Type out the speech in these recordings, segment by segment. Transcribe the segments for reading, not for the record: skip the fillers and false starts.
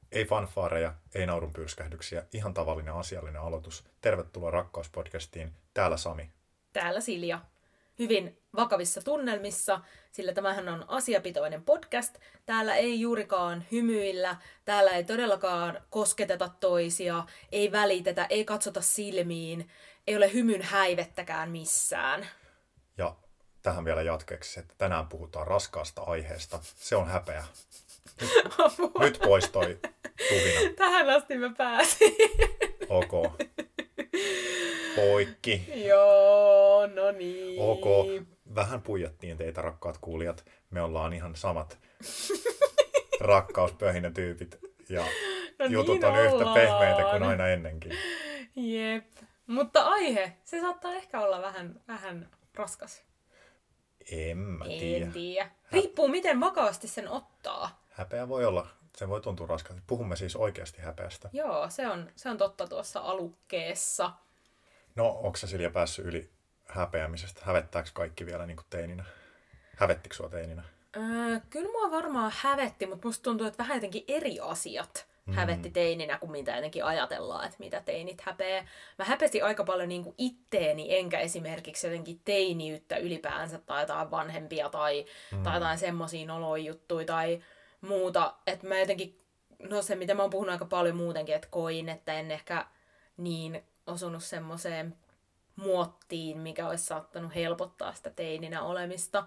Ei fanfaareja, ei naurunpyrskähdyksiä, ihan tavallinen asiallinen aloitus. Tervetuloa Rakkauspodcastiin. Täällä Sami. Täällä Silja. Hyvin vakavissa tunnelmissa, sillä tämähän on asiapitoinen podcast. Täällä ei juurikaan hymyillä, täällä ei todellakaan kosketeta toisia, ei välitetä, ei katsota silmiin, ei ole hymyn häivettäkään missään. Ja tähän vielä jatkeeksi, että tänään puhutaan raskaasta aiheesta. Se on häpeä. Nyt pois toi tuhina. Tähän asti mä pääsin. Ok. Poikki. Joo, no niin. Ok. Vähän puijattiin teitä, rakkaat kuulijat. Me ollaan ihan samat rakkauspöhinätyypit. Ja No jutut niin on yhtä ollaan. pehmeitä kuin aina ennenkin. Jep. Mutta aihe, se saattaa ehkä olla vähän raskas. En mä tiedä. En tiedä. Riippuu miten vakavasti sen ottaa. Häpeä voi olla, se voi tuntua raskaalta. Puhumme siis oikeasti häpeästä. Joo, se on totta tuossa alukkeessa. No, onko sä Silja päässyt yli häpeämisestä? Hävettääkö kaikki vielä niin kuin teininä? Hävettikö sua teininä? Kyllä mua varmaan hävetti, mutta musta tuntuu, että vähän jotenkin eri asiat hävetti teininä kuin mitä jotenkin ajatellaan, että mitä teinit häpeää. Mä häpesin aika paljon niin kuin itteeni, enkä esimerkiksi jotenkin teiniyttä ylipäänsä tai jotain vanhempia tai jotain semmosia noloja juttuja tai muuta. Että mä jotenkin, no se mitä mä oon puhunut aika paljon muutenkin, että koin, että en ehkä niin osunut semmoiseen muottiin, mikä olisi saattanut helpottaa sitä teininä olemista.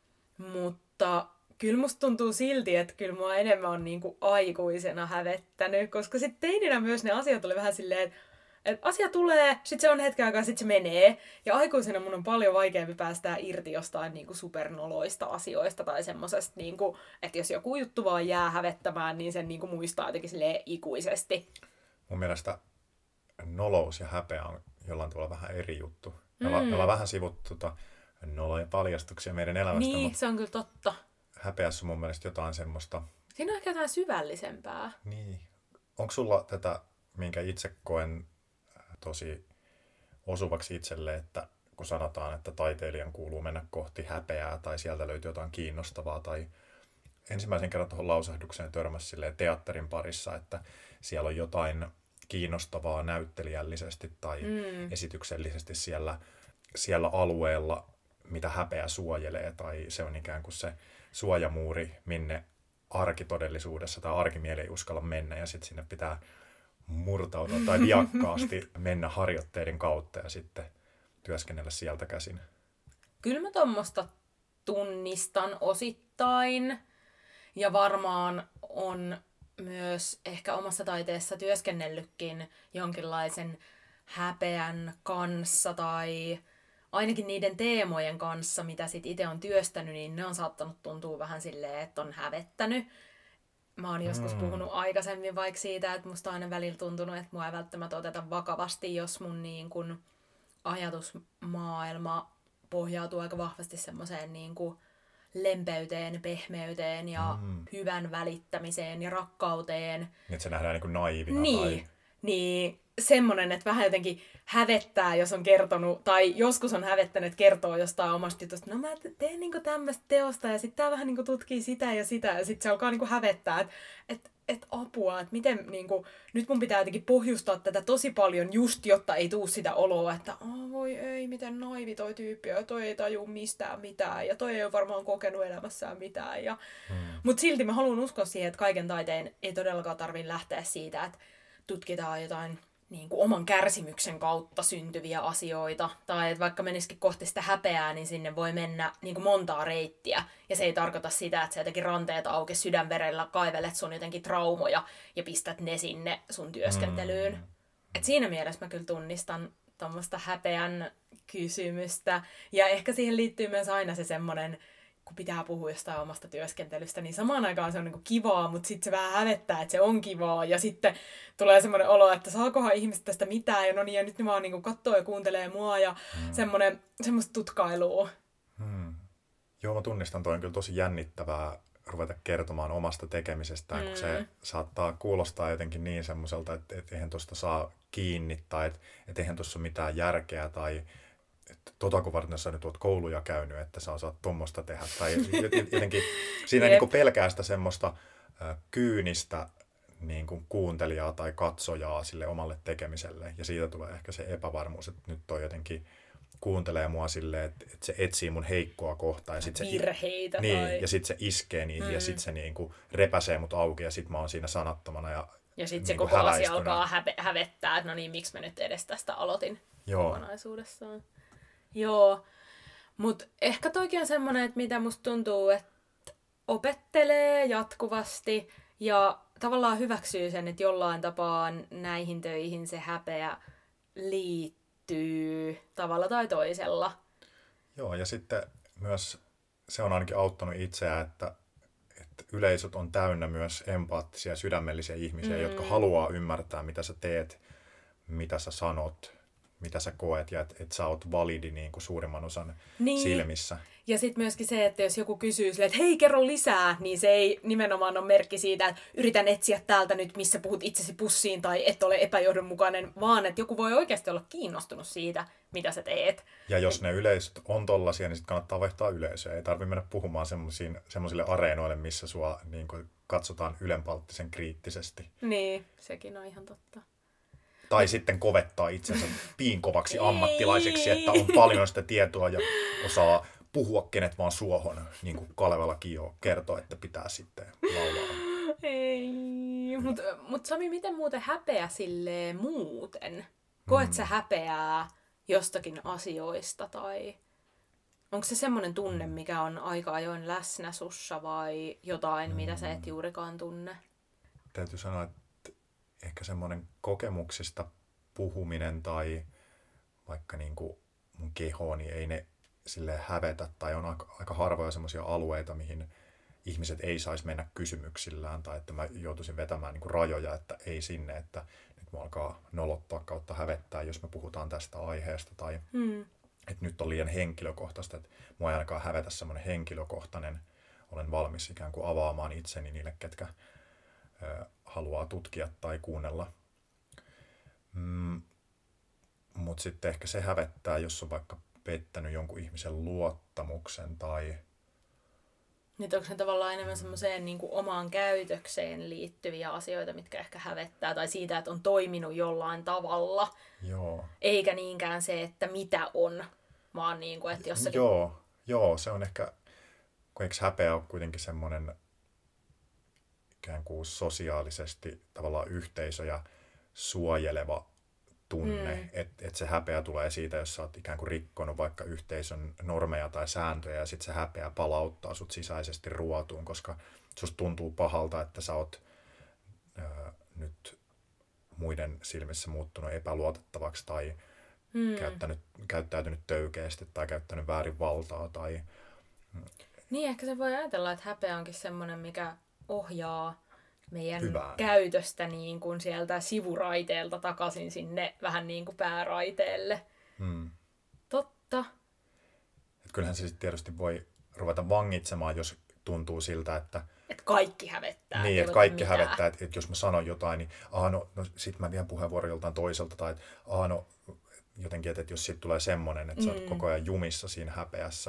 Mutta kyllä musta tuntuu silti, että kyllä mua enemmän on niinku aikuisena hävettänyt, koska sitten teininä myös ne asiat oli vähän silleen, että asia tulee, sitten se on hetken aikaa, sitten se menee. Ja aikuisena mun on paljon vaikeampi päästää irti jostain niinku supernoloista asioista tai semmosesta, niinku, että jos joku juttu vaan jää hävettämään, niin sen niinku muistaa jotenkin silleen ikuisesti. Mun mielestä nolous ja häpeä on jollain tavalla vähän eri juttu. Me ollaan vähän sivuttu noloja paljastuksia meidän elämästä, Niin, mutta se on kyllä totta. häpeässä on mun mielestä jotain semmoista. Siinä on ehkä jotain syvällisempää. Niin. Onko sulla tätä, minkä itse koen tosi osuvaksi itselle, että kun sanotaan, että taiteilijan kuuluu mennä kohti häpeää tai sieltä löytyy jotain kiinnostavaa tai ensimmäisen kerran tuohon lausahdukseen törmäsi silleen teatterin parissa, että siellä on jotain kiinnostavaa näyttelijällisesti tai esityksellisesti siellä alueella, mitä häpeä suojelee, tai se on ikään kuin se suojamuuri, minne arkitodellisuudessa tai arkimieli ei uskalla mennä, ja sitten sinne pitää murtautua tai viakkaasti mennä harjoitteiden kautta ja sitten työskennellä sieltä käsin. Kyllä mä tommosta tunnistan osittain, ja varmaan on myös ehkä omassa taiteessa työskennellytkin jonkinlaisen häpeän kanssa tai ainakin niiden teemojen kanssa, mitä sit itse on työstänyt, niin ne on saattanut tuntua vähän silleen, että on hävettänyt. Mä oon joskus puhunut aikaisemmin vaikka siitä, että musta on aina välillä tuntunut, että mua ei välttämättä oteta vakavasti, jos mun niin kun ajatusmaailma pohjautuu aika vahvasti semmoiseen niin kuin lempeyteen, pehmeyteen ja hyvän välittämiseen ja rakkauteen. Niin, että se nähdään niin kuin naivina. Niin, semmonen, että vähän jotenkin hävettää, jos on kertonut, tai joskus on hävettänyt, että kertoo jostain omasta jutusta, no mä teen niinku tämmöistä teosta, ja sitten tää vähän niinku tutkii sitä, ja sitten se alkaa niinku hävettää, että apua, että miten niinku, nyt mun pitää jotenkin pohjustaa tätä tosi paljon just, jotta ei tuu sitä oloa, että voi ei, miten naivi toi tyyppi, ja toi ei taju mistään mitään, ja toi ei ole varmaan kokenut elämässään mitään, Mutta silti mä haluan uskoa siihen, että kaiken taiteen ei todellakaan tarvitse lähteä siitä, että tutkitaan jotain niin kuin oman kärsimyksen kautta syntyviä asioita. Tai että vaikka menisikin kohti sitä häpeää, niin sinne voi mennä niin kuin montaa reittiä. Ja se ei tarkoita sitä, että sä jotenkin ranteet auki sydänverellä kaivelet sun jotenkin traumoja ja pistät ne sinne sun työskentelyyn. Et siinä mielessä mä kyllä tunnistan tuommoista häpeän kysymystä. Ja ehkä siihen liittyy myös aina se semmoinen, kun pitää puhua jostain omasta työskentelystä, niin samaan aikaan se on niinku kivaa, mutta sitten se vähän hävettää, että se on kivaa. Ja sitten tulee semmoinen olo, että saakohan ihmiset tästä mitään, ja no niin, ja nyt ne vaan niinku katsoo ja kuuntelee mua, ja semmoista tutkailua. Joo, mä tunnistan, toi on kyllä tosi jännittävää ruveta kertomaan omasta tekemisestään, kun se saattaa kuulostaa jotenkin niin semmoiselta, että eihän tuosta saa kiinni, tai että eihän tuossa ole mitään järkeä, tai kun varten sä nyt oot kouluja käynyt, että sä osaat tuommoista tehdä. Tai jotenkin siinä niinku pelkää sitä semmoista kyynistä niin kuin kuuntelijaa tai katsojaa sille omalle tekemiselle. Ja siitä tulee ehkä se epävarmuus, että nyt toi jotenkin kuuntelee mua silleen, että se etsii mun heikkoa kohtaa. Ja sit se, virheitä niin, tai... ja sitten se iskee niihin ja sitten se niin kuin repäsee mut auki ja sitten mä oon siinä sanattomana ja sitten niin se kuin koko asia häväistynä. alkaa hävettää, että no niin, miksi mä nyt edes tästä aloitin kokonaisuudessaan. Joo, mutta ehkä toikin on semmoinen, että mitä musta tuntuu, että opettelee jatkuvasti ja tavallaan hyväksyy sen, että jollain tapaa näihin töihin se häpeä liittyy tavalla tai toisella. Joo, ja sitten myös se on ainakin auttanut itseä, että yleisöt on täynnä myös empaattisia, sydämellisiä ihmisiä, jotka haluaa ymmärtää, mitä sä teet, mitä sä sanot, mitä sä koet, ja että sä oot validi niin kuin suurimman osan silmissä. Ja sitten myöskin se, että jos joku kysyy silleen, että hei, kerro lisää, niin se ei nimenomaan ole merkki siitä, että yritän etsiä täältä nyt, missä puhut itsesi pussiin tai et ole epäjohdonmukainen, vaan että joku voi oikeasti olla kiinnostunut siitä, mitä sä teet. Ja jos ne yleisöt on tollaisia, niin sitten kannattaa vaihtaa yleisöä. Ei tarvitse mennä puhumaan semmoisille areenoille, missä sua niin kuin katsotaan ylenpalttisen kriittisesti. Niin, sekin on ihan totta. Tai sitten kovettaa itsensä piinkovaksi ammattilaiseksi, että on paljon sitä tietoa ja osaa puhua kenet vaan suohon, niin kuin Kalevalakin jo kertoo, että pitää sitten laulaa. Ei, mutta Sami, miten muuten häpeä silleen muuten? Koet sä häpeää jostakin asioista tai onko se semmoinen tunne, mikä on aika ajoin läsnä sussa vai jotain, mitä sä et juurikaan tunne? Täytyy sanoa, että ehkä semmoinen kokemuksista puhuminen tai vaikka niin kuin mun keho, niin ei ne silleen hävetä tai on aika harvoja semmoisia alueita, mihin ihmiset ei saisi mennä kysymyksillään tai että mä joutuisin vetämään niin kuin rajoja, että ei sinne, että nyt mä alkaa nolottaa kautta hävettää, jos me puhutaan tästä aiheesta tai että nyt on liian henkilökohtaista, että mua ei ainakaan hävetä semmoinen henkilökohtainen, olen valmis ikään kuin avaamaan itseni niille, ketkä haluaa tutkia tai kuunnella. Mutta sitten ehkä se hävettää, jos on vaikka pettänyt jonkun ihmisen luottamuksen tai... Niin onko ne tavallaan enemmän semmoiseen niin kuin omaan käytökseen liittyviä asioita, mitkä ehkä hävettää, tai siitä, että on toiminut jollain tavalla, Joo. eikä niinkään se, että mitä on, vaan niin kuin, että jossakin... Joo, se on ehkä, kun eikö häpeä ole kuitenkin semmoinen ikään kuin sosiaalisesti tavallaan yhteisöjä suojeleva tunne, että se häpeä tulee siitä, jos sä oot ikään kuin rikkonut vaikka yhteisön normeja tai sääntöjä ja sitten se häpeä palauttaa sut sisäisesti ruotuun, koska susta tuntuu pahalta, että sä oot nyt muiden silmissä muuttunut epäluotettavaksi tai käyttäytynyt töykeästi tai käyttänyt väärin valtaa. Tai... Niin, ehkä se voi ajatella, että häpeä onkin semmoinen, mikä ohjaa meidän hyvään käytöstä niin kuin sieltä sivuraiteelta takaisin sinne vähän niin kuin pääraiteelle. Totta. Et kyllähän se sitten tietysti voi ruveta vangitsemaan, jos tuntuu siltä, että... Että kaikki hävettää. Niin, että kaikki hävettää. Että jos mä sanon jotain, niin no sit mä vien puheenvuoron joltain toiselta. Tai jotenkin, että jos siitä tulee semmoinen, että sä oot koko ajan jumissa siinä häpeässä.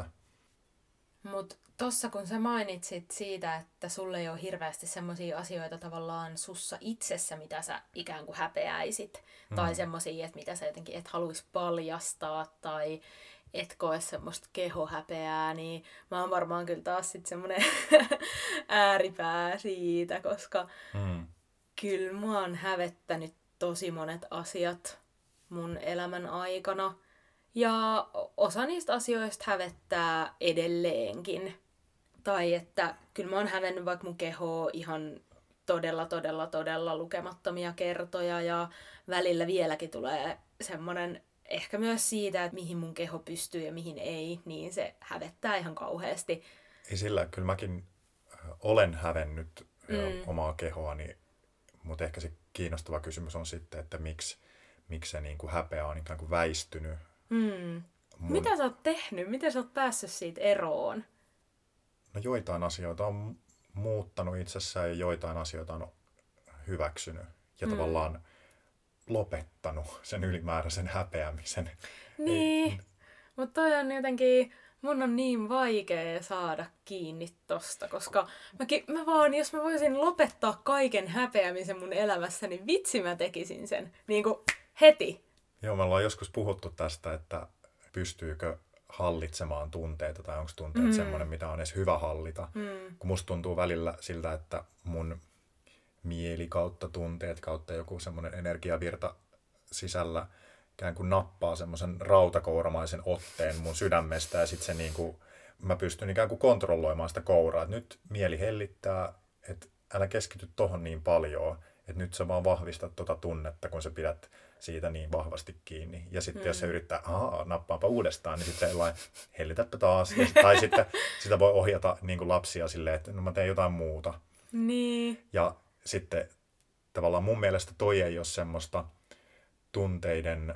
Mut tossa kun sä mainitsit siitä, että sulle ei ole hirveästi semmosia asioita tavallaan sussa itsessä, mitä sä ikään kuin häpeäisit. Tai semmosia, että mitä sä jotenkin et haluis paljastaa tai et koe semmoista kehohäpeää, niin mä oon varmaan kyllä taas sit semmonen ääripää siitä, koska kyllä mä oon hävettänyt tosi monet asiat mun elämän aikana. Ja osa niistä asioista hävettää edelleenkin. Tai että kyllä mä oon hävennyt vaikka mun kehoa ihan todella lukemattomia kertoja. Ja välillä vieläkin tulee semmonen ehkä myös siitä, että mihin mun keho pystyy ja mihin ei. Niin se hävettää ihan kauheasti. Ei sillä, kyllä mäkin olen hävennyt omaa kehoani. Mutta ehkä se kiinnostava kysymys on sitten, että miksi se niin kuin häpeä on ikään kuin väistynyt. Mitä sä oot tehnyt? Miten sä oot päässyt siitä eroon? No joitain asioita on muuttanut itsessään ja joitain asioita on hyväksynyt ja tavallaan lopettanut sen ylimääräisen häpeämisen. Niin, mutta toi on jotenkin, mun on niin vaikea saada kiinni tosta, koska mä vaan, jos mä voisin lopettaa kaiken häpeämisen mun elämässäni, niin vitsi mä tekisin sen. Niinku heti. Joo, me ollaan joskus puhuttu tästä, että pystyykö hallitsemaan tunteita tai onko tunteet semmoinen, mitä on edes hyvä hallita. Kun musta tuntuu välillä siltä, että mun mieli kautta tunteet kautta joku semmoinen energiavirta sisällä ikään kuin nappaa semmoisen rautakouramaisen otteen mun sydämestä ja sitten se niinku, mä pystyn ikään kuin kontrolloimaan sitä kouraa. Et nyt mieli hellittää, että älä keskity tohon niin paljon, että nyt sä vaan vahvistat tota tunnetta, kun sä pidät siitä niin vahvasti kiinni. Ja sitten jos se yrittää, nappaanpa uudestaan, niin sitten se hellitäpä taas. Tai sitten sitä voi ohjata niin kuin lapsia silleen, että no mä teen jotain muuta. Niin. Ja sitten tavallaan mun mielestä toi ei ole semmoista tunteiden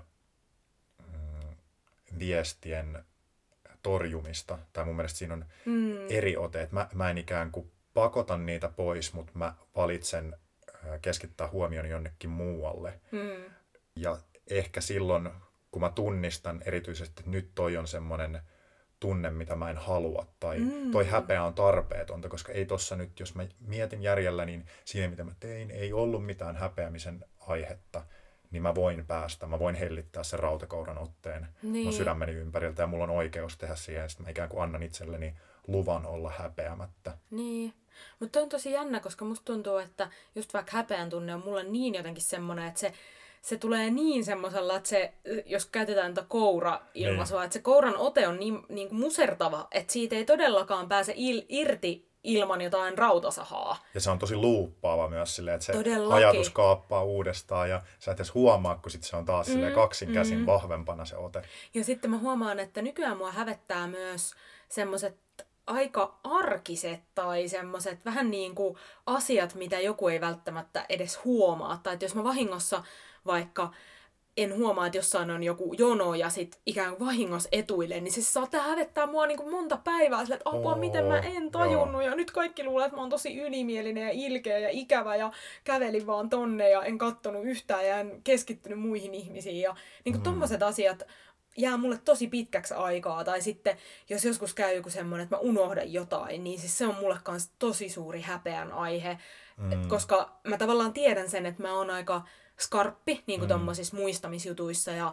viestien torjumista. Tai mun mielestä siinä on eri ote, että mä en ikään kuin pakota niitä pois, mutta mä valitsen keskittää huomion jonnekin muualle. Ja ehkä silloin, kun mä tunnistan erityisesti, että nyt toi on semmoinen tunne, mitä mä en halua, tai toi häpeä on tarpeetonta, koska ei tossa nyt, jos mä mietin järjellä, niin siinä mitä mä tein, ei ollut mitään häpeämisen aihetta, niin mä voin hellittää sen rautakouran otteen mun sydämeni ympäriltä, ja mulla on oikeus tehdä siihen, ja sitten mä ikään kuin annan itselleni luvan olla häpeämättä. Niin. Mutta on tosi jännä, koska musta tuntuu, että just vaikka häpeän tunne on mulle niin jotenkin semmoinen, että se tulee niin semmoisella, että se, jos käytetään tätä koura-ilmaisua, että se kouran ote on niin kuin musertava, että siitä ei todellakaan pääse irti ilman jotain rautasahaa. Ja se on tosi luuppaava myös silleen, että se todellakin ajatus kaappaa uudestaan ja sä et edes huomaa, kun sit se on taas silleen kaksin käsin vahvempana se ote. Ja sitten mä huomaan, että nykyään mua hävettää myös semmoiset aika arkiset tai semmoiset vähän niin kuin asiat, mitä joku ei välttämättä edes huomaa. Tai että jos mä vahingossa vaikka en huomaa, että jossain on joku jono ja sit ikään kuin vahingossa etuille, niin se saattaa hävettää mua niin kuin monta päivää sille, että apua, miten mä en tajunnut. Ja nyt kaikki luulee, että mä oon tosi ylimielinen ja ilkeä ja ikävä ja kävelin vaan tonne ja en kattonut yhtään ja en keskittynyt muihin ihmisiin. Ja niin kuin tommoset asiat jää mulle tosi pitkäksi aikaa. Tai sitten, jos joskus käy joku semmoinen, että mä unohdan jotain, niin siis se on mulle kans tosi suuri häpeän aihe. Koska mä tavallaan tiedän sen, että mä oon aika skarppi niin kuin tommosissa muistamisjutuissa ja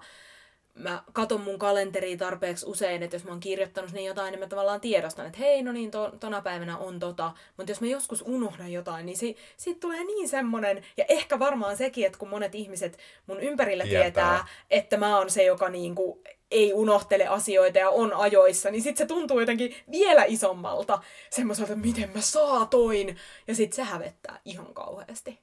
mä katon mun kalenteria tarpeeksi usein, että jos mä oon kirjoittanut niin jotain, niin mä tavallaan tiedostan, että hei, no niin, tona päivänä on tota. Mutta jos mä joskus unohdan jotain, niin siitä tulee niin semmonen, ja ehkä varmaan sekin, että kun monet ihmiset mun ympärillä tietää, että mä oon se, joka niinku ei unohtele asioita ja on ajoissa, niin sit se tuntuu jotenkin vielä isommalta semmoiselta, miten mä saatoin, ja sit se hävettää ihan kauheasti.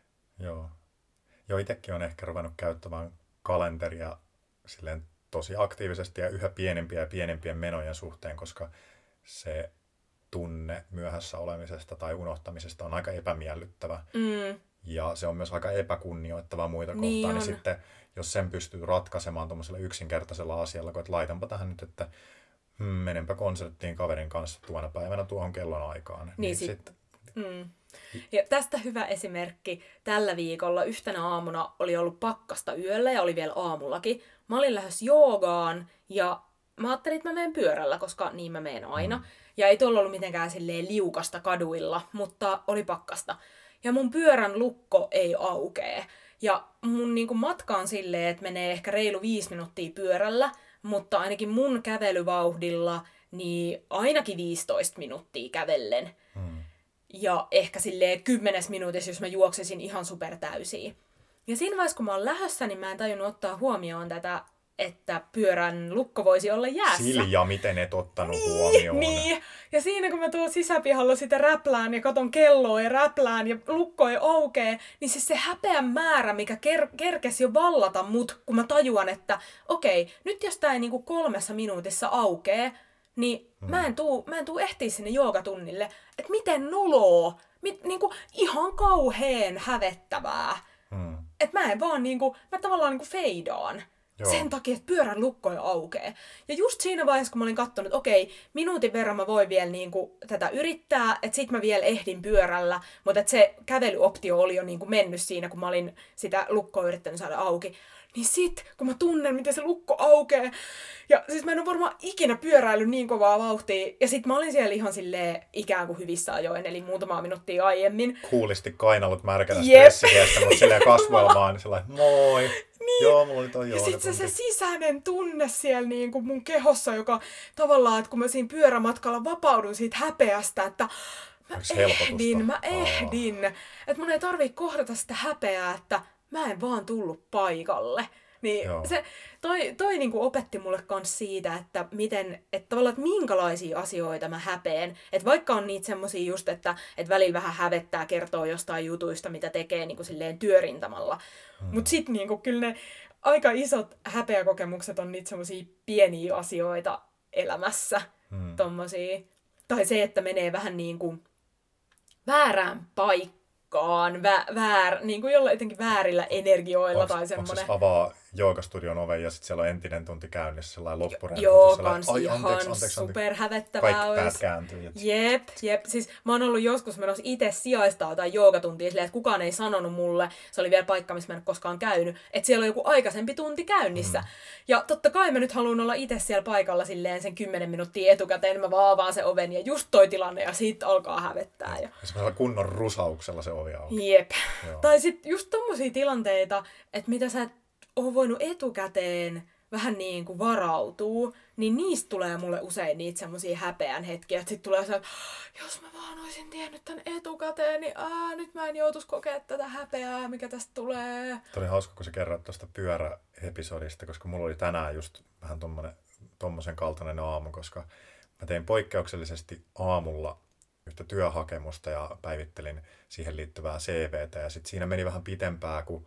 Joo, itsekin on ehkä ruvennut käyttämään kalenteria silleen tosi aktiivisesti ja yhä pienempien menojen suhteen, koska se tunne myöhässä olemisesta tai unohtamisesta on aika epämiellyttävä. Ja se on myös aika epäkunnioittava muita kohtaan. Niin sitten, jos sen pystyy ratkaisemaan tuollaisella yksinkertaisella asialla, kun että laitanpa tähän nyt, että menenpä konserttiin kaverin kanssa tuona päivänä tuohon kellon aikaan. Niin sitten. Ja tästä hyvä esimerkki. Tällä viikolla yhtenä aamuna oli ollut pakkasta yöllä ja oli vielä aamullakin. Mä olin lähdössä joogaan ja mä ajattelin, että mä menen pyörällä, koska niin mä menen aina. Ja ei tuolla ollut mitenkään silleen liukasta kaduilla, mutta oli pakkasta. Ja mun pyörän lukko ei aukee. Ja mun niinku matka on silleen, että menee ehkä reilu 5 minuuttia pyörällä, mutta ainakin mun kävelyvauhdilla niin ainakin 15 minuuttia kävellen. Ja ehkä silleen 10 minuutissa, jos mä juoksesin ihan supertäysiä. Ja siinä vaiheessa, kun mä oon lähdössä, niin mä en tajunnut ottaa huomioon tätä, että pyörän lukko voisi olla jäässä. Silja, miten et ottanut huomioon? Niin. Ja siinä, kun mä tuon sisäpihalla sitä räplään ja katon kelloa ja räplään ja lukko ei aukee, niin siis se häpeän määrä, mikä kerkesi jo vallata mut, kun mä tajuan, että okei, nyt jos tää ei niinku 3 minuutissa aukee, niin mä en tuu ehtiä sinne joogatunnille. Että miten noloo, niinku ihan kauheen hävettävää. Että mä en vaan niinku, mä tavallaan niinku feidaan. Joo. Sen takia, että pyörän lukko ei aukee. Ja just siinä vaiheessa, kun mä olin katsonut, että okei, minuutin verran mä voin vielä niinku tätä yrittää, että sit mä vielä ehdin pyörällä, mutta että se kävelyoptio oli jo niinku mennyt siinä, kun mä olin sitä lukkoa yrittänyt saada auki. Niin sit, kun mä tunnen, miten se lukko aukee, ja siis mä en ole varmaan ikinä pyöräillyt niin kovaa vauhtia, ja sit mä olin siellä ihan silleen ikään kuin hyvissä ajoin, eli muutamaa minuuttia aiemmin. Kuulisti kainalut märkänä stressikeestä, mutta silleen kasvoilla vaan sellainen, moi, niin. Joo, mulla nyt on ja sit se sisäinen tunne siellä niin kuin mun kehossa, joka tavallaan, että kun mä siinä pyörämatkalla vapaudun siitä häpeästä, että mä ehdin, että mun ei tarvii kohdata sitä häpeää, että mä en vaan tullut paikalle. Niin se, toi niinku opetti mulle kans siitä, että tavallaan, että minkälaisia asioita mä häpeen. Että vaikka on niitä semmosia just, että välillä vähän hävettää kertoo jostain jutuista, mitä tekee niinku silleen työrintamalla. Mut sit niinku kyllä ne aika isot häpeäkokemukset on niitä semmosia pieniä asioita elämässä. Tommosia. Tai se, että menee vähän niinku väärään paikkaan. Niin kuin jotenkin väärillä energioilla tai semmoinen. Onko avaa joogastudion oven ja sitten siellä on entinen tunti käynnissä, sellainen loppurentotus. Joo, kans ihan superhävettävää kaikki olisi. päät kääntyy. Jep. Siis mä oon ollut joskus menossa itse sijaistaa tai joogatuntia silleen, että kukaan ei sanonut mulle, se oli vielä paikka, missä mä en ole koskaan käynyt, että siellä on joku aikaisempi tunti käynnissä. Ja totta kai mä nyt haluan olla itse siellä paikalla silleen sen 10 minuuttia etukäteen, mä vaan avaan sen oven ja just toi tilanne ja siitä alkaa hävettää. Ja semmoisella kunnon rusauksella se ovi auki. Jep. Tai sit just tommosia tilanteita, että mitä sä et ole voinut etukäteen vähän niin kuin varautuu, niin niistä tulee mulle usein niitä semmosia häpeän hetkiä, että sit tulee se, että jos mä vaan olisin tiennyt tän etukäteen, niin nyt mä en joutuisi kokea tätä häpeää, mikä tästä tulee. Tämä oli hauska, kun sä kerroit tuosta pyöräepisodista, koska mulla oli tänään just vähän tommosen kaltainen aamu, koska mä tein poikkeuksellisesti aamulla yhtä työhakemusta ja päivittelin siihen liittyvää CVtä ja sitten siinä meni vähän pitempää kuin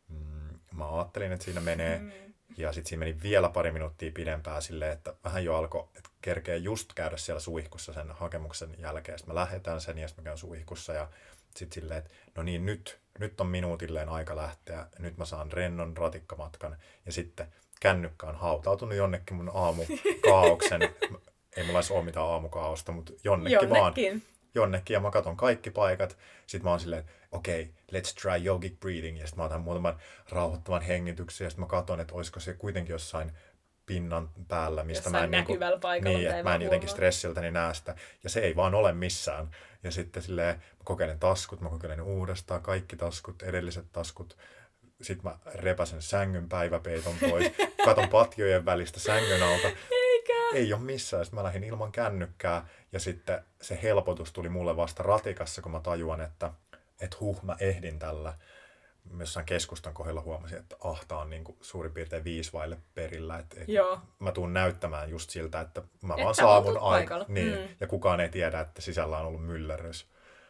mä ajattelin, että siinä menee. Ja sitten siinä meni vielä pari minuuttia pidempään silleen, että vähän jo alkoi, että kerkee just käydä siellä suihkussa sen hakemuksen jälkeen. Sitten mä lähetän sen ja sitten mä käyn suihkussa ja sitten silleen, että no niin, nyt on minuutilleen aika lähteä. Nyt mä saan rennon ratikkamatkan ja sitten kännykkä on hautautunut jonnekin mun aamukaauksen. Ei mulla edes ole mitään aamukaaosta, mutta jonnekin vaan. Jonnekin ja mä katson kaikki paikat. Sitten mä oon silleen, okei, let's try yogic breathing. Ja sitten mä otan muutaman rauhoittavan hengityksen ja sitten mä katson, että olisiko se kuitenkin jossain pinnan päällä, mistä jossain mä en, näkyvällä paikalla. niin, että mä en jotenkin stressiltäni näe sitä. Ja se ei vaan ole missään. Ja sitten silleen, mä kokeilen taskut, mä kokeilen uudestaan kaikki taskut, edelliset taskut. Sitten mä repäsen sängyn päiväpeiton pois, katon patjojen välistä sängyn alta. Ei ole missään. Sitten mä lähdin ilman kännykkää ja sitten se helpotus tuli mulle vasta ratikassa, kun mä tajuan, että mä ehdin tällä. Jossain keskustan kohdalla huomasin, että ahta on niin kuin suurin piirtein 5 vaille perillä. Että mä tuun näyttämään just siltä, että mä vaan saavun aikaa. Niin, ja kukaan ei tiedä, että sisällä on ollut myllerrys.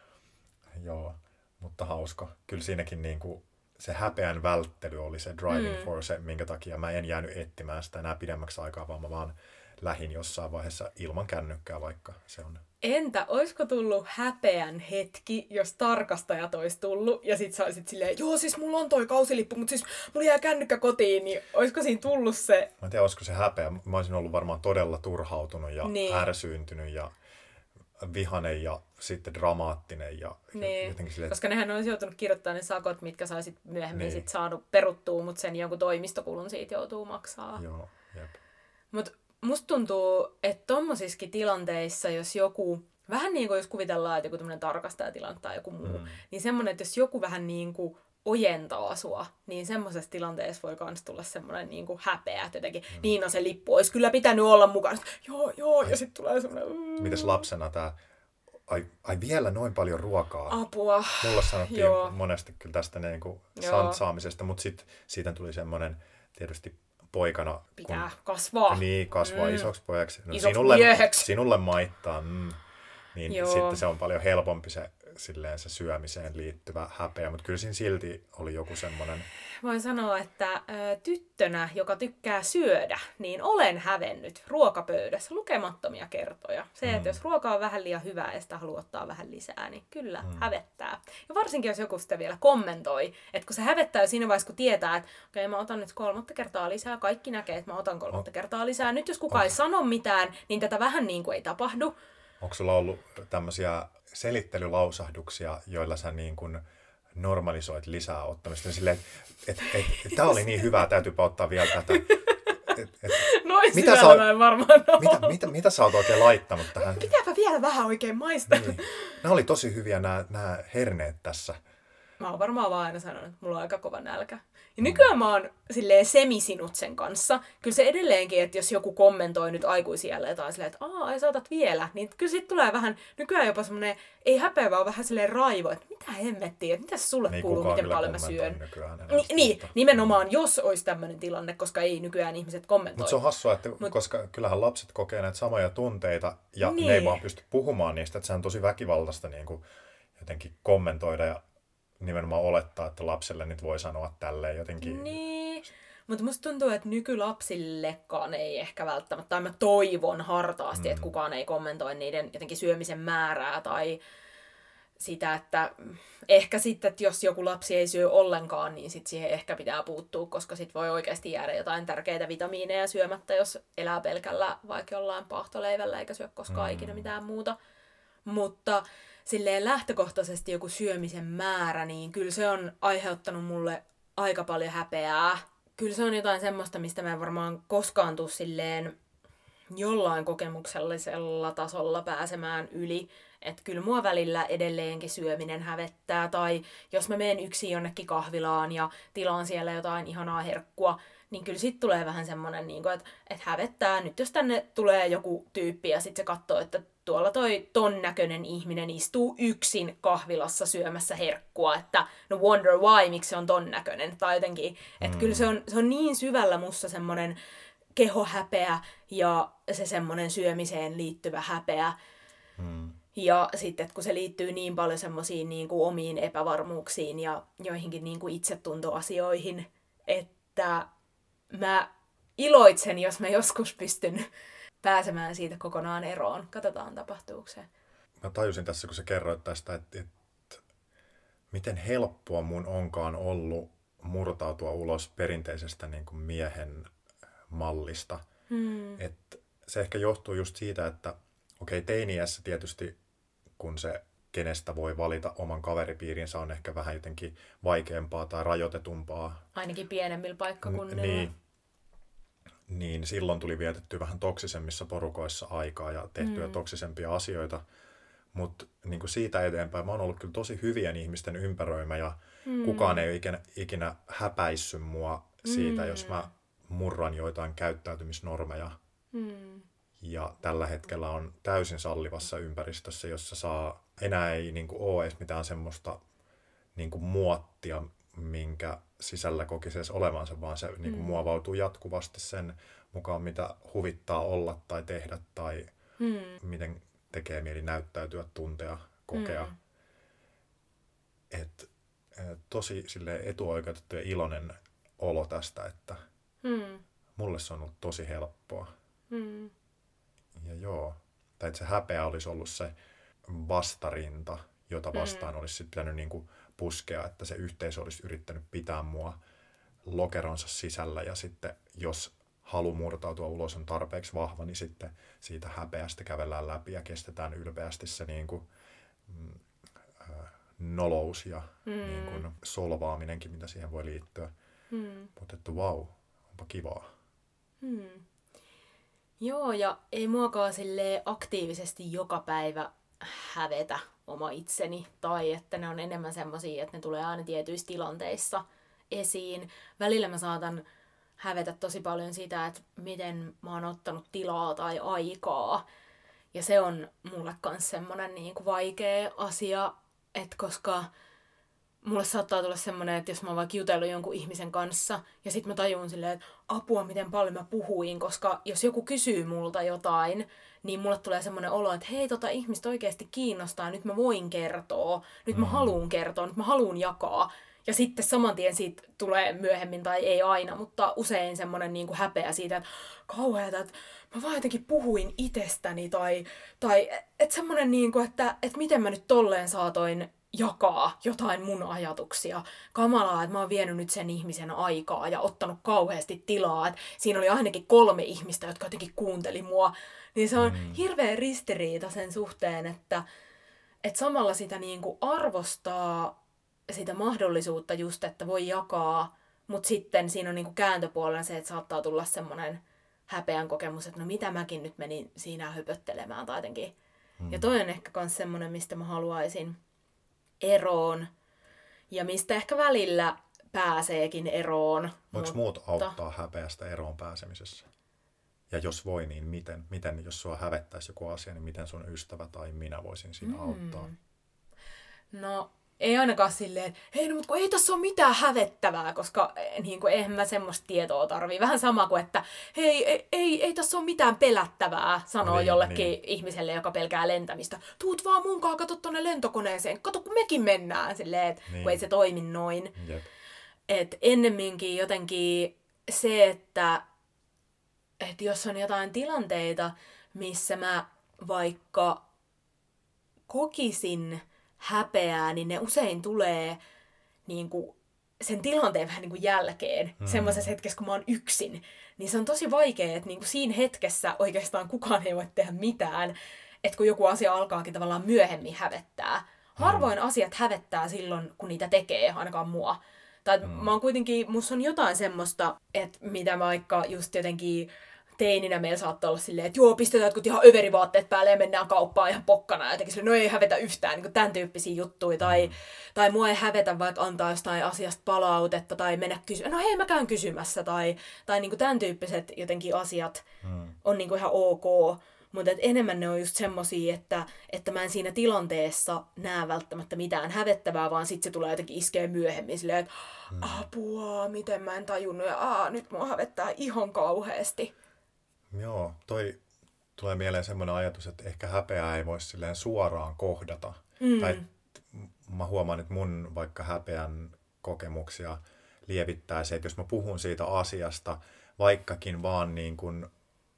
Joo, mutta hauska. Kyllä siinäkin niin kuin se häpeän välttely oli se driving force, minkä takia mä en jäänyt etsimään sitä enää pidemmäksi aikaa, vaan mä vaan lähin jossain vaiheessa ilman kännykkää, vaikka se on. Entä olisiko tullut häpeän hetki, jos tarkastajat olisi tullut ja sit sä olisit silleen, joo siis mulla on toi kausilippu, mutta siis mulla jää kännykkä kotiin, niin olisiko siinä tullut se? Mä en tiedä, olisiko se häpeä. Mä olisin ollut varmaan todella turhautunut ja ärsyyntynyt ja vihainen ja sitten dramaattinen. Ja jotenkin silleen, koska nehän olisi joutunut kirjoittamaan ne sakot, mitkä sä olisit myöhemmin sit saanut peruttua, mutta sen jonkun toimistokulun siitä joutuu maksaa. Joo, jep. Mut musta tuntuu, että tommosissakin tilanteissa, jos joku, vähän niin kuin jos kuvitellaan, että joku tämmöinen tarkastajatilanne tai joku muu, niin semmoinen, että jos joku vähän niin kuin ojentaa sua, niin semmoisessa tilanteessa voi kans tulla semmoinen niin kuin häpeä, että jotenkin, niin on se lippu, olisi kyllä pitänyt olla mukana. Joo, ja sitten tulee semmoinen. Mites lapsena tää, ai vielä noin paljon ruokaa? Apua. Mulla sanottiin monesti kyllä tästä niin kuin saamisesta, mutta sitten siitä tuli semmoinen tietysti poikana. Pitää kasvaa. Niin, kasvaa isoksi pojaksi. No, isoksi sinulle maittaa. niin Joo. sitten se on paljon helpompi silleen se syömiseen liittyvä häpeä, mutta kyllä siinä silti oli joku semmoinen. Voin sanoa, että tyttönä, joka tykkää syödä, niin olen hävennyt ruokapöydässä lukemattomia kertoja. Se, että jos ruoka on vähän liian hyvää ja sitä haluaa ottaa vähän lisää, niin kyllä hävettää. Ja varsinkin, jos joku sitä vielä kommentoi, että kun se hävettää siinä vaiheessa, kun tietää, että okei, mä otan nyt 3 kertaa lisää, kaikki näkee, että mä otan 3 kertaa lisää. Nyt jos kukaan ei sano mitään, niin tätä vähän niin kuin ei tapahdu. Onko sulla ollut tämmöisiä selittelylausahduksia, joilla sä niin kuin normalisoit lisää ottamista? Silleen, että tämä oli niin hyvää, täytyypä ottaa vielä tätä. Noin syvällä mä en varmaan ole. Mitä sä oot oikein laittanut tähän? Pitääpä vielä vähän oikein maistaa. Niin. Nämä oli tosi hyviä nämä herneet tässä. Mä oon varmaan vaan aina sanonut, että mulla on aika kova nälkä. Ja nykyään mä oon silleen semisinut sen kanssa. Kyllä se edelleenkin, että jos joku kommentoi nyt aikuisiällä jotain silleen, että ai sä otat vielä, niin kyllä sit tulee vähän, nykyään jopa semmonen, ei häpeä, vaan vähän silleen raivo, että mitä hemmettiä, että mitä sulle niin kuuluu, miten paljon mä syön. Niin, nimenomaan, jos olisi tämmöinen tilanne, koska ei nykyään ihmiset kommentoi. Mutta se on hassua, että koska kyllähän lapset kokee näitä samoja tunteita ja ne ei vaan pysty puhumaan niistä, että se on tosi väkivaltaista niin kuin jotenkin kommentoida ja nimenomaan olettaa, että lapselle nyt voi sanoa tälleen jotenkin. Niin, mutta musta tuntuu, että nykylapsillekaan ei ehkä välttämättä, tai mä toivon hartaasti, että kukaan ei kommentoi niiden jotenkin syömisen määrää tai sitä, että ehkä sitten, että jos joku lapsi ei syö ollenkaan, niin sit siihen ehkä pitää puuttua, koska sit voi oikeasti jäädä jotain tärkeitä vitamiineja syömättä, jos elää pelkällä vaikka jollain paahtoleivällä eikä syö koskaan ikinä mitään muuta. Mutta silleen lähtökohtaisesti joku syömisen määrä, niin kyllä se on aiheuttanut mulle aika paljon häpeää. Kyllä se on jotain semmoista, mistä mä en varmaan koskaan tuu silleen jollain kokemuksellisella tasolla pääsemään yli. Että kyllä mua välillä edelleenkin syöminen hävettää. Tai jos mä menen yksin jonnekin kahvilaan ja tilaan siellä jotain ihanaa herkkua, niin kyllä sit tulee vähän semmonen, että hävettää. Nyt jos tänne tulee joku tyyppi ja sit se katsoo, että tuolla ton näköinen ihminen istuu yksin kahvilassa syömässä herkkua, että no wonder why, miksi se on ton näköinen. Tai jotenkin, että kyllä se on niin syvällä musta semmonen kehohäpeä ja se semmonen syömiseen liittyvä häpeä. Ja sitten, kun se liittyy niin paljon semmoisiin niin kuin omiin epävarmuuksiin ja joihinkin niin kuin itsetuntoasioihin, että mä iloitsen, jos mä joskus pystyn pääsemään siitä kokonaan eroon. Katsotaan, tapahtuuko se. Mä tajusin tässä, kun sä kerroit tästä, että miten helppoa mun onkaan ollut murtautua ulos perinteisestä niin kuin miehen mallista. Että se ehkä johtuu just siitä, että okei, teini-iässä tietysti, kun se kenestä voi valita oman kaveripiirinsä, on ehkä vähän jotenkin vaikeampaa tai rajoitetumpaa. Ainakin pienemmillä paikkakunnilla. Niin silloin tuli vietettyä vähän toksisemmissa porukoissa aikaa ja tehtyä toksisempia asioita. Mutta niin siitä eteenpäin mä oon ollut kyllä tosi hyvien ihmisten ympäröimä ja kukaan ei ole ikinä häpäissyt mua siitä, jos mä murran joitain käyttäytymisnormeja. Ja tällä hetkellä on täysin sallivassa ympäristössä, jossa enää ei niin kuin ole edes mitään semmoista niin kuin muottia, minkä sisällä kokisi edes olevansa, vaan se niin kuin muovautuu jatkuvasti sen mukaan, mitä huvittaa olla tai tehdä tai miten tekee mieli näyttäytyä, tuntea, kokea. Tosi silleen etuoikeutettu ja iloinen olo tästä, että mulle se on ollut tosi helppoa. Ja joo, tai että se häpeä olisi ollut se vastarinta, jota vastaan olisi sitten pitänyt niin kuin puskea, että se yhteisö olisi yrittänyt pitää mua lokeronsa sisällä ja sitten jos halu murtautua ulos on tarpeeksi vahva, niin sitten siitä häpeästä kävellään läpi ja kestetään ylpeästi se niin kuin, nolous ja niin kuin solvaaminenkin, mitä siihen voi liittyä. Mutta että vau, onpa kivaa. Joo, ja ei muakaan silleen aktiivisesti joka päivä hävetä oma itseni, tai että ne on enemmän semmosia, että ne tulee aina tietyissä tilanteissa esiin. Välillä mä saatan hävetä tosi paljon sitä, että miten mä oon ottanut tilaa tai aikaa. Ja se on mulle kans semmonen niin kuin vaikea asia, että koska mulle saattaa tulla semmoinen, että jos mä oon vaikka jutellut jonkun ihmisen kanssa, ja sitten mä tajun silleen, että apua, miten paljon mä puhuin, koska jos joku kysyy multa jotain, niin mulle tulee semmoinen olo, että hei, ihmistä oikeasti kiinnostaa, nyt mä voin kertoa, nyt mä haluun kertoa, nyt mä haluun jakaa. Ja sitten saman tien siitä tulee myöhemmin, tai ei aina, mutta usein semmoinen niin kuin häpeä siitä, että kauheata, että mä vaan jotenkin puhuin itsestäni, tai että semmoinen, niin kuin, että miten mä nyt tolleen saatoin jakaa jotain mun ajatuksia. Kamalaa, että mä oon vienyt nyt sen ihmisen aikaa ja ottanut kauheasti tilaa. Että siinä oli ainakin 3 ihmistä, jotka jotenkin kuunteli mua. Niin se on hirveä ristiriita sen suhteen, että samalla sitä niin kuin arvostaa sitä mahdollisuutta just, että voi jakaa, mutta sitten siinä on niin kuin kääntöpuolella se, että saattaa tulla semmoinen häpeän kokemus, että no mitä mäkin nyt menin siinä höpöttelemään tai jotenkin. Ja toi on ehkä myös semmoinen, mistä mä haluaisin eroon. Ja mistä ehkä välillä pääseekin eroon. Voiko muut auttaa häpeästä eroon pääsemisessä? Ja jos voi, niin miten? Miten, jos sua hävettäisi joku asia, niin miten sun ystävä tai minä voisin siinä auttaa? No, ei ainakaan silleen, että hei, no, mutta kun ei tässä ole mitään hävettävää, koska niin kuin, eihän mä semmoista tietoa tarvii. Vähän sama kuin, että hei, ei tässä ole mitään pelättävää, sanoo jollekin ihmiselle, joka pelkää lentämistä. Tuut vaan munkaan, kato tonne lentokoneeseen, kato kun mekin mennään, silleen, että kun ei se toimi noin. Et ennemminkin jotenkin se, että jos on jotain tilanteita, missä mä vaikka kokisin häpeää, niin ne usein tulee niin kuin sen tilanteen vähän niin kuin jälkeen, semmoisessa hetkessä, kun mä oon yksin. Niin se on tosi vaikea, että niin kuin siinä hetkessä oikeastaan kukaan ei voi tehdä mitään, että kun joku asia alkaakin tavallaan myöhemmin hävettää. Harvoin asiat hävettää silloin, kun niitä tekee, ainakaan mua. Tai mä oon kuitenkin, musta on jotain semmoista, että mitä vaikka just jotenkin teininä meillä saattaa olla silleen, että joo, pistetään jotkut ihan överivaatteet päälle ja mennään kauppaan ihan pokkana. Ja jotenkin silleen, no ei hävetä yhtään, niin kuin tämän tyyppisiä juttuja. Tai mua ei hävetä vaikka antaa jostain asiasta palautetta tai mennä kysymään. No hei, mä käyn kysymässä. Tai niin kuin tämän tyyppiset jotenkin asiat on niin kuin ihan ok. Mutta enemmän ne on just semmosia, että mä en siinä tilanteessa näe välttämättä mitään hävettävää, vaan sit se tulee jotenkin iskeä myöhemmin silleen, että apua, miten mä en tajunnut ja nyt mua hävettää ihan kauheasti. Joo, toi tulee mieleen semmoinen ajatus, että ehkä häpeää ei voi silleen suoraan kohdata. Tai mä huomaan, että mun vaikka häpeän kokemuksia lievittää se, että jos mä puhun siitä asiasta, vaikkakin vaan niin kuin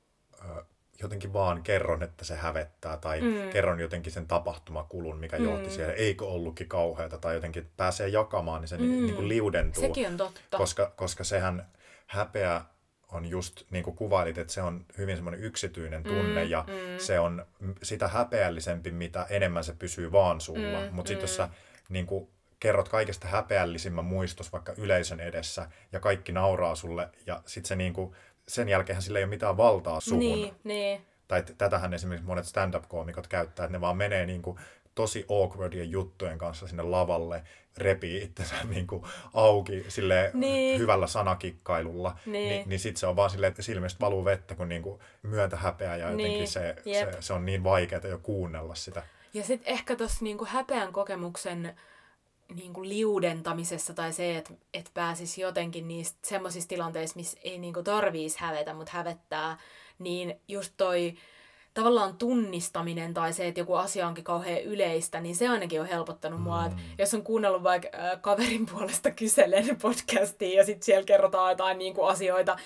jotenkin vaan kerron, että se hävettää, tai kerron jotenkin sen tapahtumakulun, mikä johti siihen, eikö ollutkin kauheata, tai jotenkin pääsee jakamaan, niin se niin kuin liudentuu. Sekin on totta. Koska sehän häpeä on just, niin kuin kuvailit, että se on hyvin semmoinen yksityinen tunne, ja se on sitä häpeällisempi, mitä enemmän se pysyy vaan sulla. Mutta sitten jos sä niin kuin kerrot kaikesta häpeällisimmän muistos vaikka yleisön edessä, ja kaikki nauraa sulle, ja sitten se niin kuin sen jälkeen sillä ei ole mitään valtaa suhun. Niin. Tai tätähän esimerkiksi monet stand-up-koomikot käyttää, että ne vaan menee niin kuin tosi awkwardien juttujen kanssa sinne lavalle, repii itsensä niin kuin auki hyvällä sanakikkailulla. Niin sitten se on vaan silleen, että silmistä valuu vettä, kun niin kuin myöntä häpeää ja jotenkin se on niin vaikeaa jo kuunnella sitä. Ja sitten ehkä tuossa niin kuin häpeän kokemuksen niin kuin liudentamisessa tai se, että pääsisi jotenkin niistä semmoisissa tilanteissa, missä ei niin kuin tarvitsisi hävetä, mutta hävettää, niin just toi tavallaan tunnistaminen tai se, että joku asia onkin kauhean yleistä, niin se ainakin on helpottanut mua. Että jos on kuunnellut vaikka kaverin puolesta kyselen podcastia ja sitten siellä kerrotaan jotain niin kuin asioita,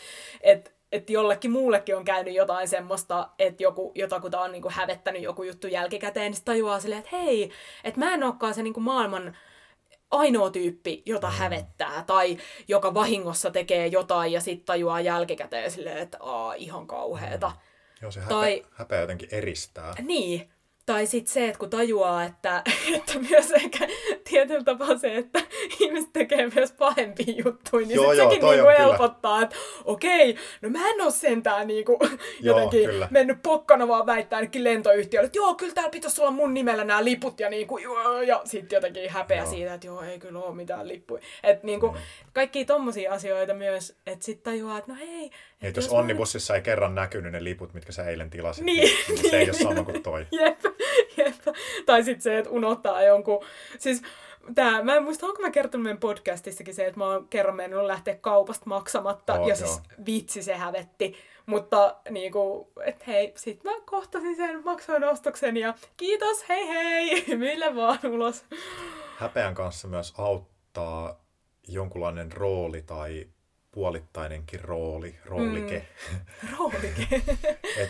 että jollekin muullekin on käynyt jotain semmoista, että jotakuta on niin kuin hävettänyt joku juttu jälkikäteen, niin sitten tajuaa silleen, että hei, että mä en olekaan se niin kuin maailman ainoa tyyppi, jota hävettää, tai joka vahingossa tekee jotain ja sitten tajuaa jälkikäteen silleen, että ihan kauheeta. Joo, se häpeä jotenkin eristää. Niin. Tai sitten se, että kun tajuaa, että myös ehkä tietyllä tapaa se, että ihmiset tekee myös pahempia juttuja, niin sekin niinku helpottaa, että okei, no mä en ole sentään niinku jotenkin mennyt pokkana vaan väittää ainakin lentoyhtiölle, että joo, kyllä täällä pitäisi olla mun nimellä nämä liput ja niinku, ja sitten jotenkin häpeä siitä, että joo, ei kyllä ole mitään lippuja. Että niinku kaikkia tommosia asioita myös, että sitten tajuaa, että no hei. Että jos Onnibussissa ei kerran näkynyt ne liput, mitkä sä eilen tilasit, niin se ei ole sama kuin toi. Jep. Tai sitten se, että unohtaa jonkun. Siis mä en muista, onko mä kertonut meidän podcastissakin se, että mä oon kerran mennyt lähteä kaupasta maksamatta, ja siis vitsi se hävetti. Mutta niinku, että hei, sit mä kohtasin sen, maksoin ostoksen ja kiitos, hei hei, millä vaan ulos. Häpeän kanssa myös auttaa jonkunlainen rooli tai puolittainenkin roolike. Roolike. Et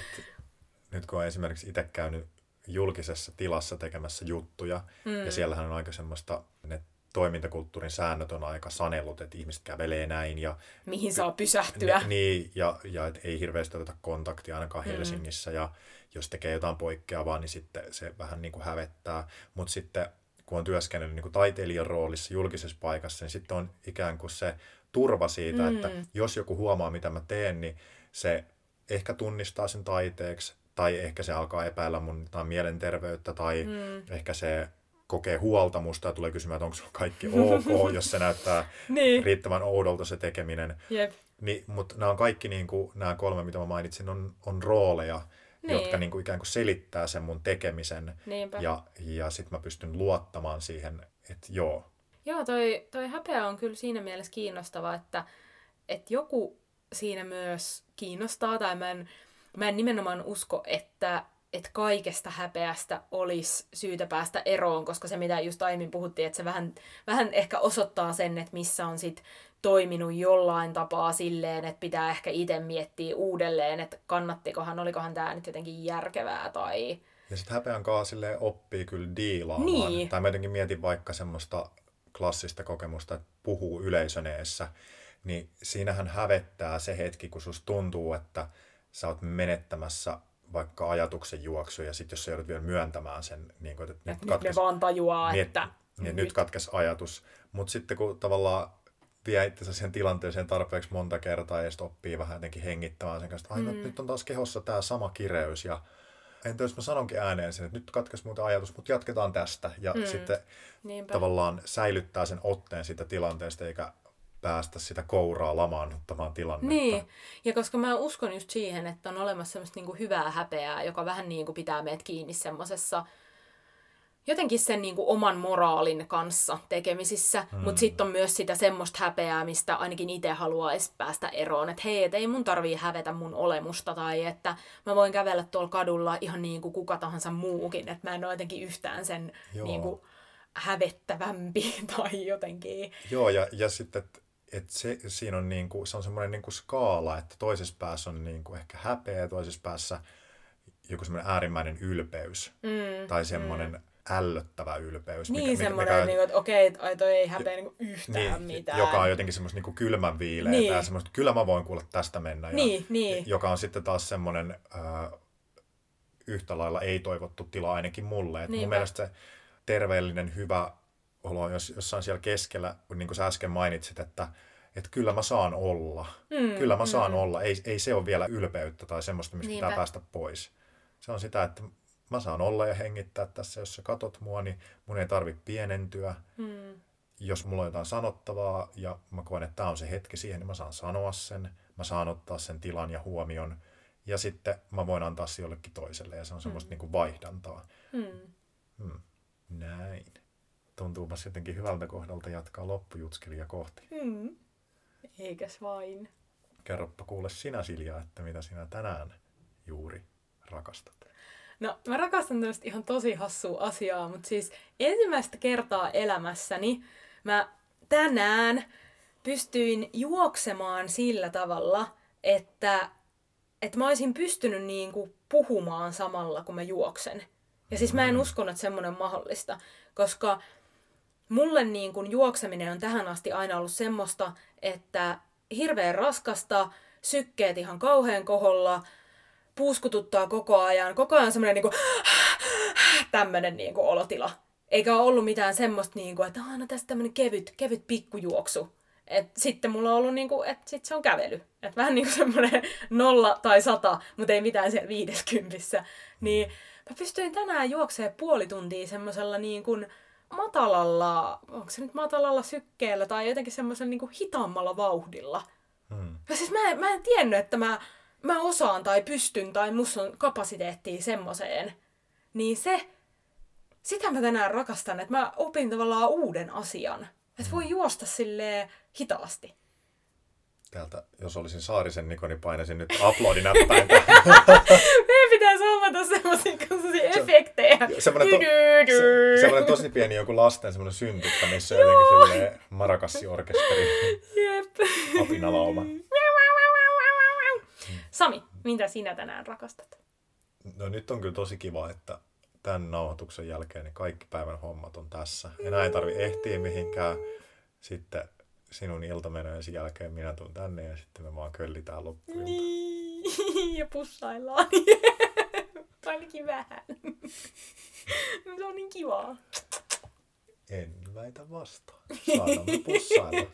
nyt kun on esimerkiksi itse käynyt julkisessa tilassa tekemässä juttuja, ja siellähän on aika semmoista, ne toimintakulttuurin säännöt on aika sanellut, että ihmiset kävelee näin. Ja mihin saa pysähtyä. Niin, ja et ei hirveästi oteta kontaktia ainakaan Helsingissä, ja jos tekee jotain poikkeavaa, niin sitten se vähän niin kuin hävettää. Mutta sitten kun on työskennellyt niin kuin taiteilijan roolissa julkisessa paikassa, niin sitten on ikään kuin se turva siitä, että jos joku huomaa, mitä mä teen, niin se ehkä tunnistaa sen taiteeksi, tai ehkä se alkaa epäillä mun mielenterveyttä, tai ehkä se kokee huolta musta ja tulee kysymään, että onko sulla kaikki ok, jos se näyttää riittävän oudolta se tekeminen. Jep. Mutta nämä on kaikki, niin kuin, nämä 3, mitä mä mainitsin, on rooleja, jotka niin kuin ikään kuin selittää sen mun tekemisen. Niinpä. Ja sitten mä pystyn luottamaan siihen, että joo. Joo, toi häpeä on kyllä siinä mielessä kiinnostava, että joku siinä myös kiinnostaa, tai mä en nimenomaan usko, että kaikesta häpeästä olisi syytä päästä eroon, koska se, mitä just aiemmin puhuttiin, että se vähän ehkä osoittaa sen, että missä on sit toiminut jollain tapaa silleen, että pitää ehkä itse miettiä uudelleen, että olikohan tämä nyt jotenkin järkevää tai... Ja sitten häpeän kanssa oppii kyllä diilaamaan. Niin. Tai mä jotenkin mietin vaikka semmoista klassista kokemusta, että puhuu yleisön eessä, niin siinähän hävettää se hetki, kun susta tuntuu, että sä oot menettämässä vaikka ajatuksen juoksu, ja sitten jos sä joudut vielä myöntämään sen, niin kun, että nyt ne vaan tajuaa, että... Nyt katkesi ajatus. Mutta sitten kun tavallaan vie itsensä siihen tilanteeseen tarpeeksi monta kertaa, ja sitten oppii vähän jotenkin hengittämään sen kanssa, että nyt on taas kehossa tämä sama kireys, ja entä jos mä sanonkin ääneen sen, että nyt katkesi muuten ajatus, mutta jatketaan tästä, ja sitten tavallaan säilyttää sen otteen siitä tilanteesta, eikä päästä sitä kouraa lamaannuttamaan tilannetta. Niin, ja koska mä uskon just siihen, että on olemassa semmoista niinku hyvää häpeää, joka vähän niinku pitää meidät kiinni semmosessa jotenkin sen niinku oman moraalin kanssa tekemisissä, mutta sitten on myös sitä semmoista häpeää, mistä ainakin itse haluaisi päästä eroon, että hei, et ei mun tarvii hävetä mun olemusta, tai että mä voin kävellä tuolla kadulla ihan niin kuin kuka tahansa muukin, että mä en ole jotenkin yhtään sen niinku hävettävämpi tai jotenkin. Joo, ja sitten että siinä on niinku, se on semmoinen niinku skaala, että toisessa päässä on niinku ehkä häpeä ja toisessa päässä joku semmoinen äärimmäinen ylpeys tai semmoinen ällöttävä ylpeys. Niin, semmoinen, niinku, että okei, toi ei häpeä niinku yhtään mitään. Joka on jotenkin semmoista niinku kylmän viileä ja semmoista, kyllä mä voin kuulla tästä mennä. Niin. Joka on sitten taas semmoinen yhtä lailla ei-toivottu tila ainakin mulle. Mun mielestä se terveellinen, hyvä olo, jos on siellä keskellä, niin kuin sä äsken mainitsit, että kyllä mä saan olla. Kyllä mä saan olla. Ei se ole vielä ylpeyttä tai semmoista, mistä pitää päästä pois. Se on sitä, että mä saan olla ja hengittää tässä. Jos sä katot mua, niin mun ei tarvitse pienentyä. Jos mulla on jotain sanottavaa ja mä koen, että tää on se hetki siihen, niin mä saan sanoa sen. Mä saan ottaa sen tilan ja huomion. Ja sitten mä voin antaa se jollekin toiselle. Ja se on semmoista niin kuin vaihdantaa. Näin. Tuntuupas jotenkin hyvältä kohdalta jatkaa loppujutskelia kohti. Eikäs vain. Kerropa kuule sinä, Silja, että mitä sinä tänään juuri rakastat. No, mä rakastan tämmöistä ihan tosi hassua asiaa, mutta siis ensimmäistä kertaa elämässäni mä tänään pystyin juoksemaan sillä tavalla, että mä olisin pystynyt niinku puhumaan samalla, kun mä juoksen. Ja siis mä en uskonut, että semmoinen on mahdollista, koska mulle niin kun juokseminen on tähän asti aina ollut semmoista, että hirveän raskasta, sykkeet ihan kauhean koholla, puuskututtaa koko ajan semmoinen niin kuin tämmöinen niin kuin olotila. Eikä ole ollut mitään semmoista, niin kuin, että no tässä tämmöinen kevyt pikkujuoksu. Et sitten mulla on ollut, niin kuin, että sit se on kävely. Et vähän niin kuin semmoinen 0 tai 100, mutta ei mitään siellä 50. Niin mä pystyin tänään juoksemaan puoli tuntia semmoisella niin kuin matalalla, onko se nyt matalalla sykkeellä tai jotenkin semmoisella niin kuin hitaammalla vauhdilla. Ja siis mä en tiennyt, että mä osaan tai pystyn tai musta on kapasiteettia semmoseen. Niin sitä mä tänään rakastan, että mä opin tavallaan uuden asian. Että voi juosta silleen hitaasti. Täältä, jos olisin Saarisen Niko, niin painaisin nyt upload-näppäintä. Meidän pitäisi hommata semmoisia efektejä. Semmoinen tosi pieni joku lasten semmoinen syntyttämissä jotenkin silleen marakassiorkesteri. Jep. Apinalauma. Sami, mitä sinä tänään rakastat? No nyt on kyllä tosi kiva, että tämän nauhoituksen jälkeen niin kaikki päivän hommat on tässä. Enää ei tarvi ehtiä mihinkään. Sitten sinun iltamenojesi jälkeen minä tulen tänne ja sitten me vaan köllitään loppuun. Niin, ja pussaillaan. Ainakin vähän. Se on niin kivaa. En väitä vastaan. Saatamme pussailla.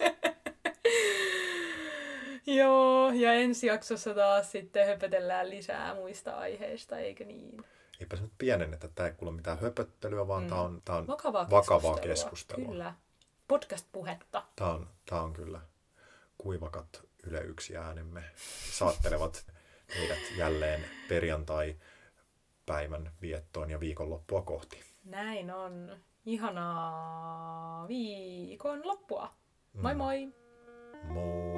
Joo, ja ensi jaksossa taas sitten höpötellään lisää muista aiheista, eikö niin? Eipä se nyt pienennetä. Tämä ei kuule mitään höpöttelyä, vaan tämä on vakavaa keskustelua. Kyllä. Podcast-puhetta. Tämä on kyllä kuivakat Yle Yksi äänemme. Saattelevat meidät jälleen perjantai-päivän viettoon ja viikonloppua kohti. Näin on. Ihanaa viikonloppua. Moi moi! Moi!